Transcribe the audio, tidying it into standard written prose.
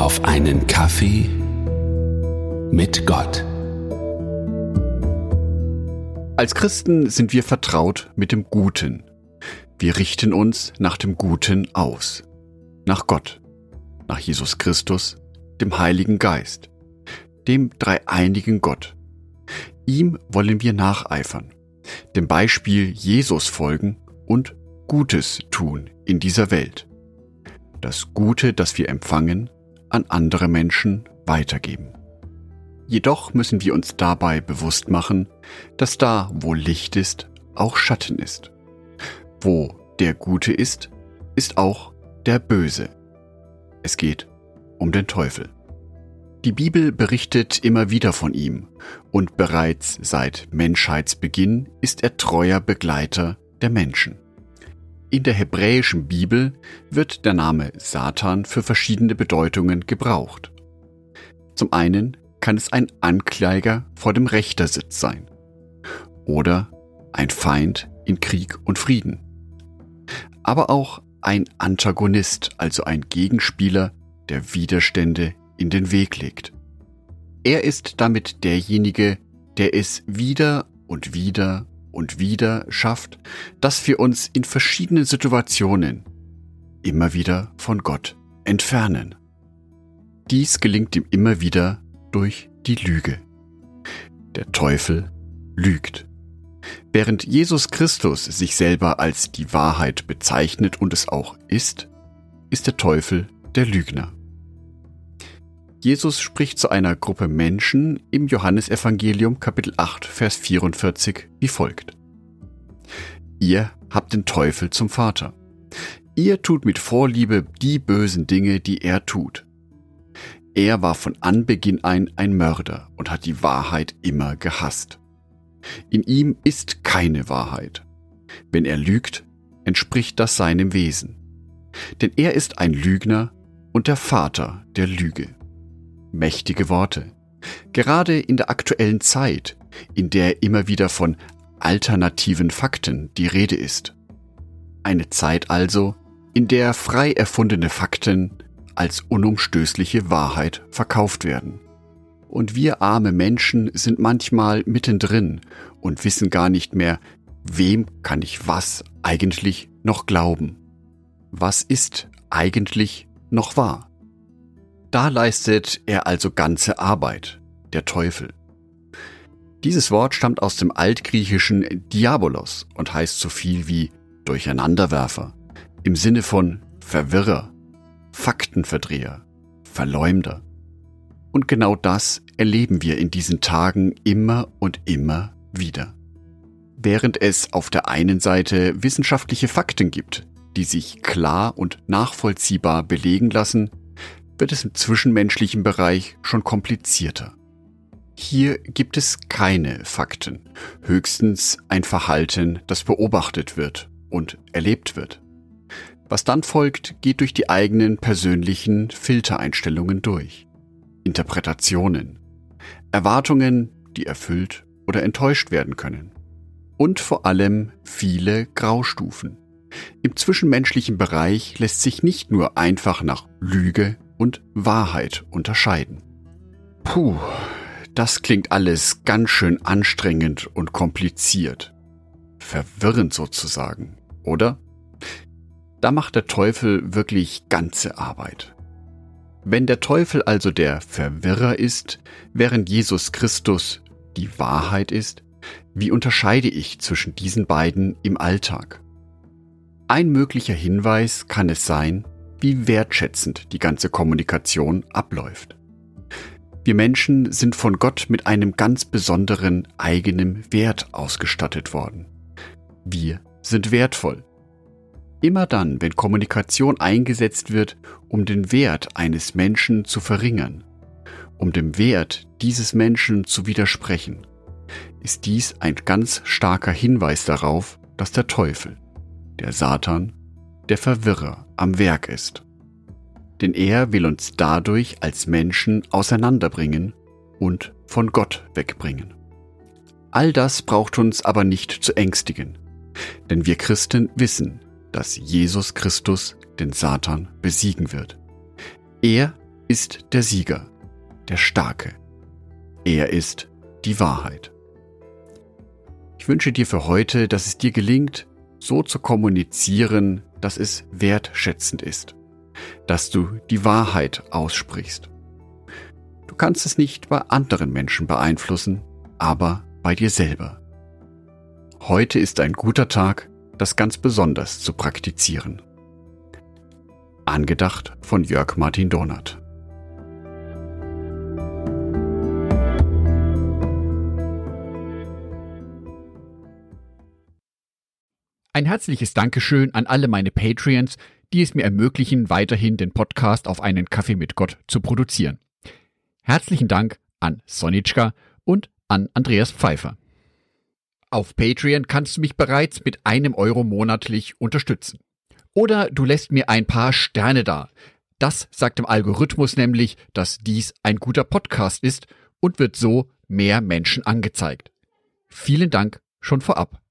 Auf einen Kaffee mit Gott. Als Christen sind wir vertraut mit dem Guten. Wir richten uns nach dem Guten aus. Nach Gott, nach Jesus Christus, dem Heiligen Geist, dem dreieinigen Gott. Ihm wollen wir nacheifern, dem Beispiel Jesus folgen und Gutes tun in dieser Welt. Das Gute, das wir empfangen, an andere Menschen weitergeben. Jedoch müssen wir uns dabei bewusst machen, dass da, wo Licht ist, auch Schatten ist. Wo der Gute ist, ist auch der Böse. Es geht um den Teufel. Die Bibel berichtet immer wieder von ihm und bereits seit Menschheitsbeginn ist er treuer Begleiter der Menschen. In der hebräischen Bibel wird der Name Satan für verschiedene Bedeutungen gebraucht. Zum einen kann es ein Ankläger vor dem Richtersitz sein oder ein Feind in Krieg und Frieden, aber auch ein Antagonist, also ein Gegenspieler, der Widerstände in den Weg legt. Er ist damit derjenige, der es wieder und wieder und wieder schafft, dass wir uns in verschiedenen Situationen immer wieder von Gott entfernen. Dies gelingt ihm immer wieder durch die Lüge. Der Teufel lügt. Während Jesus Christus sich selber als die Wahrheit bezeichnet und es auch ist der Teufel der Lügner. Jesus spricht zu einer Gruppe Menschen im Johannesevangelium Kapitel 8, Vers 44 wie folgt. Ihr habt den Teufel zum Vater. Ihr tut mit Vorliebe die bösen Dinge, die er tut. Er war von Anbeginn ein Mörder und hat die Wahrheit immer gehasst. In ihm ist keine Wahrheit. Wenn er lügt, entspricht das seinem Wesen. Denn er ist ein Lügner und der Vater der Lüge. Mächtige Worte. Gerade in der aktuellen Zeit, in der immer wieder von alternativen Fakten die Rede ist. Eine Zeit also, in der frei erfundene Fakten als unumstößliche Wahrheit verkauft werden. Und wir arme Menschen sind manchmal mittendrin und wissen gar nicht mehr, wem kann ich was eigentlich noch glauben? Was ist eigentlich noch wahr? Da leistet er also ganze Arbeit, der Teufel. Dieses Wort stammt aus dem altgriechischen Diabolos und heißt so viel wie Durcheinanderwerfer, im Sinne von Verwirrer, Faktenverdreher, Verleumder. Und genau das erleben wir in diesen Tagen immer und immer wieder. Während es auf der einen Seite wissenschaftliche Fakten gibt, die sich klar und nachvollziehbar belegen lassen, wird es im zwischenmenschlichen Bereich schon komplizierter. Hier gibt es keine Fakten, höchstens ein Verhalten, das beobachtet wird und erlebt wird. Was dann folgt, geht durch die eigenen persönlichen Filtereinstellungen durch. Interpretationen, Erwartungen, die erfüllt oder enttäuscht werden können. Und vor allem viele Graustufen. Im zwischenmenschlichen Bereich lässt sich nicht nur einfach nach Lüge und Wahrheit unterscheiden. Puh, das klingt alles ganz schön anstrengend und kompliziert. Verwirrend sozusagen, oder? Da macht der Teufel wirklich ganze Arbeit. Wenn der Teufel also der Verwirrer ist, während Jesus Christus die Wahrheit ist, wie unterscheide ich zwischen diesen beiden im Alltag? Ein möglicher Hinweis kann es sein, wie wertschätzend die ganze Kommunikation abläuft. Wir Menschen sind von Gott mit einem ganz besonderen eigenen Wert ausgestattet worden. Wir sind wertvoll. Immer dann, wenn Kommunikation eingesetzt wird, um den Wert eines Menschen zu verringern, um dem Wert dieses Menschen zu widersprechen, ist dies ein ganz starker Hinweis darauf, dass der Teufel, der Satan, der Verwirrer am Werk ist. Denn er will uns dadurch als Menschen auseinanderbringen und von Gott wegbringen. All das braucht uns aber nicht zu ängstigen, denn wir Christen wissen, dass Jesus Christus den Satan besiegen wird. Er ist der Sieger, der Starke. Er ist die Wahrheit. Ich wünsche dir für heute, dass es dir gelingt, so zu kommunizieren, dass es wertschätzend ist, dass du die Wahrheit aussprichst. Du kannst es nicht bei anderen Menschen beeinflussen, aber bei dir selber. Heute ist ein guter Tag, das ganz besonders zu praktizieren. Angedacht von Jörg Martin Donath. Ein herzliches Dankeschön an alle meine Patreons, die es mir ermöglichen, weiterhin den Podcast auf einen Kaffee mit Gott zu produzieren. Herzlichen Dank an Sonitschka und an Andreas Pfeiffer. Auf Patreon kannst du mich bereits mit €1 monatlich unterstützen. Oder du lässt mir ein paar Sterne da. Das sagt dem Algorithmus nämlich, dass dies ein guter Podcast ist und wird so mehr Menschen angezeigt. Vielen Dank schon vorab.